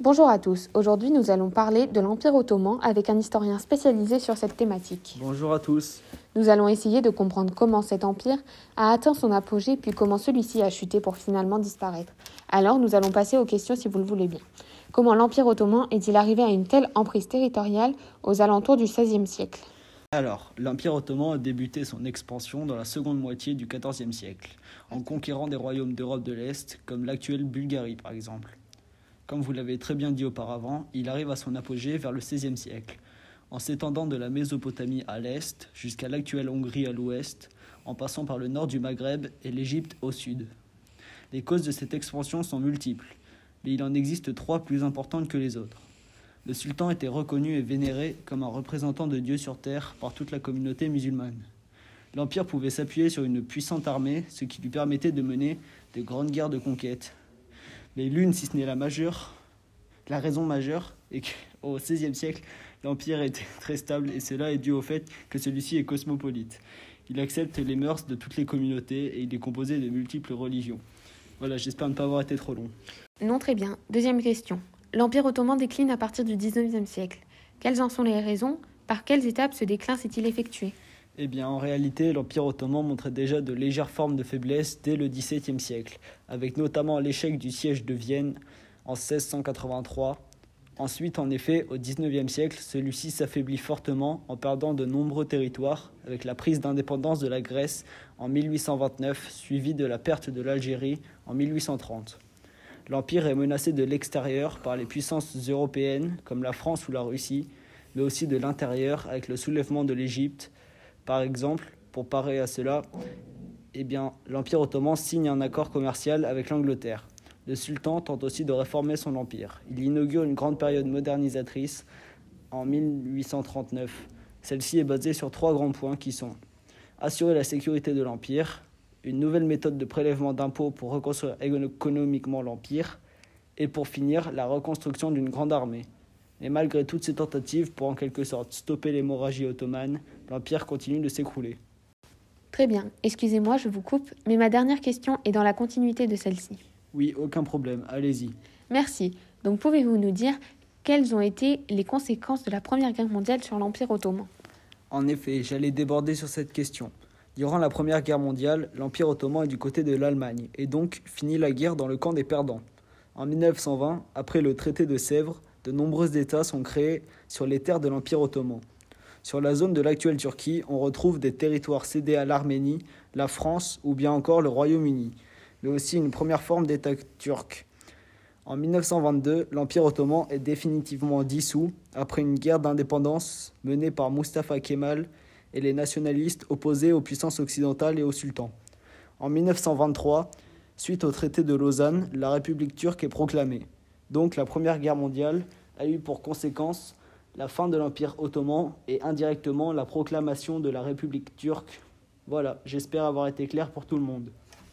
Bonjour à tous, aujourd'hui nous allons parler de l'Empire ottoman avec un historien spécialisé sur cette thématique. Bonjour à tous. Nous allons essayer de comprendre comment cet empire a atteint son apogée puis comment celui-ci a chuté pour finalement disparaître. Alors nous allons passer aux questions si vous le voulez bien. Comment l'Empire ottoman est-il arrivé à une telle emprise territoriale aux alentours du XVIe siècle ? Alors, l'Empire ottoman a débuté son expansion dans la seconde moitié du XIVe siècle, en conquérant des royaumes d'Europe de l'Est, comme l'actuelle Bulgarie par exemple. Comme vous l'avez très bien dit auparavant, il arrive à son apogée vers le XVIe siècle, en s'étendant de la Mésopotamie à l'est jusqu'à l'actuelle Hongrie à l'ouest, en passant par le nord du Maghreb et l'Égypte au sud. Les causes de cette expansion sont multiples, mais il en existe trois plus importantes que les autres. Le sultan était reconnu et vénéré comme un représentant de Dieu sur terre par toute la communauté musulmane. L'Empire pouvait s'appuyer sur une puissante armée, ce qui lui permettait de mener de grandes guerres de conquête. Mais l'une, si ce n'est la raison majeure, est qu'au XVIe siècle, l'Empire était très stable et cela est dû au fait que celui-ci est cosmopolite. Il accepte les mœurs de toutes les communautés et il est composé de multiples religions. Voilà, j'espère ne pas avoir été trop long. Non, très bien. Deuxième question. L'Empire ottoman décline à partir du XIXe siècle. Quelles en sont les raisons ? Par quelles étapes ce déclin s'est-il effectué ? Eh bien, en réalité, l'Empire ottoman montrait déjà de légères formes de faiblesse dès le XVIIe siècle, avec notamment l'échec du siège de Vienne en 1683. Ensuite, en effet, au XIXe siècle, celui-ci s'affaiblit fortement en perdant de nombreux territoires, avec la prise d'indépendance de la Grèce en 1829, suivie de la perte de l'Algérie en 1830. L'Empire est menacé de l'extérieur par les puissances européennes, comme la France ou la Russie, mais aussi de l'intérieur, avec le soulèvement de l'Égypte. Par exemple, pour parer à cela, l'Empire ottoman signe un accord commercial avec l'Angleterre. Le sultan tente aussi de réformer son empire. Il inaugure une grande période modernisatrice en 1839. Celle-ci est basée sur trois grands points qui sont assurer la sécurité de l'empire, une nouvelle méthode de prélèvement d'impôts pour reconstruire économiquement l'empire, et pour finir, la reconstruction d'une grande armée. Mais malgré toutes ces tentatives pour en quelque sorte stopper l'hémorragie ottomane, l'empire continue de s'écrouler. Très bien. Excusez-moi, je vous coupe, mais ma dernière question est dans la continuité de celle-ci. Oui, aucun problème, allez-y. Merci. Donc pouvez-vous nous dire quelles ont été les conséquences de la Première Guerre mondiale sur l'Empire ottoman ? En effet, j'allais déborder sur cette question. Durant la Première Guerre mondiale, l'Empire ottoman est du côté de l'Allemagne, et donc finit la guerre dans le camp des perdants. En 1920, après le traité de Sèvres, de nombreux États sont créés sur les terres de l'Empire ottoman. Sur la zone de l'actuelle Turquie, on retrouve des territoires cédés à l'Arménie, la France ou bien encore le Royaume-Uni, mais aussi une première forme d'État turc. En 1922, l'Empire ottoman est définitivement dissous après une guerre d'indépendance menée par Mustafa Kemal et les nationalistes opposés aux puissances occidentales et au sultan. En 1923, suite au traité de Lausanne, la République turque est proclamée. Donc la Première Guerre mondiale a eu pour conséquence la fin de l'Empire ottoman et indirectement la proclamation de la République turque. Voilà, j'espère avoir été clair pour tout le monde.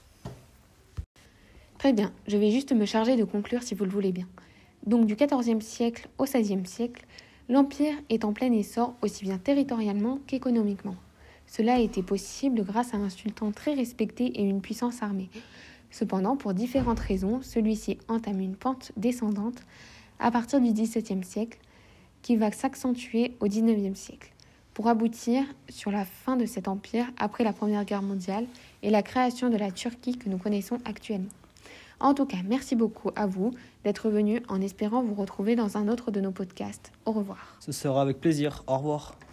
Très bien, je vais juste me charger de conclure si vous le voulez bien. Donc du XIVe siècle au XVIe siècle, l'Empire est en plein essor aussi bien territorialement qu'économiquement. Cela a été possible grâce à un sultan très respecté et une puissance armée. Cependant, pour différentes raisons, celui-ci entame une pente descendante à partir du XVIIe siècle qui va s'accentuer au XIXe siècle pour aboutir sur la fin de cet empire après la Première Guerre mondiale et la création de la Turquie que nous connaissons actuellement. En tout cas, merci beaucoup à vous d'être venus en espérant vous retrouver dans un autre de nos podcasts. Au revoir. Ce sera avec plaisir. Au revoir.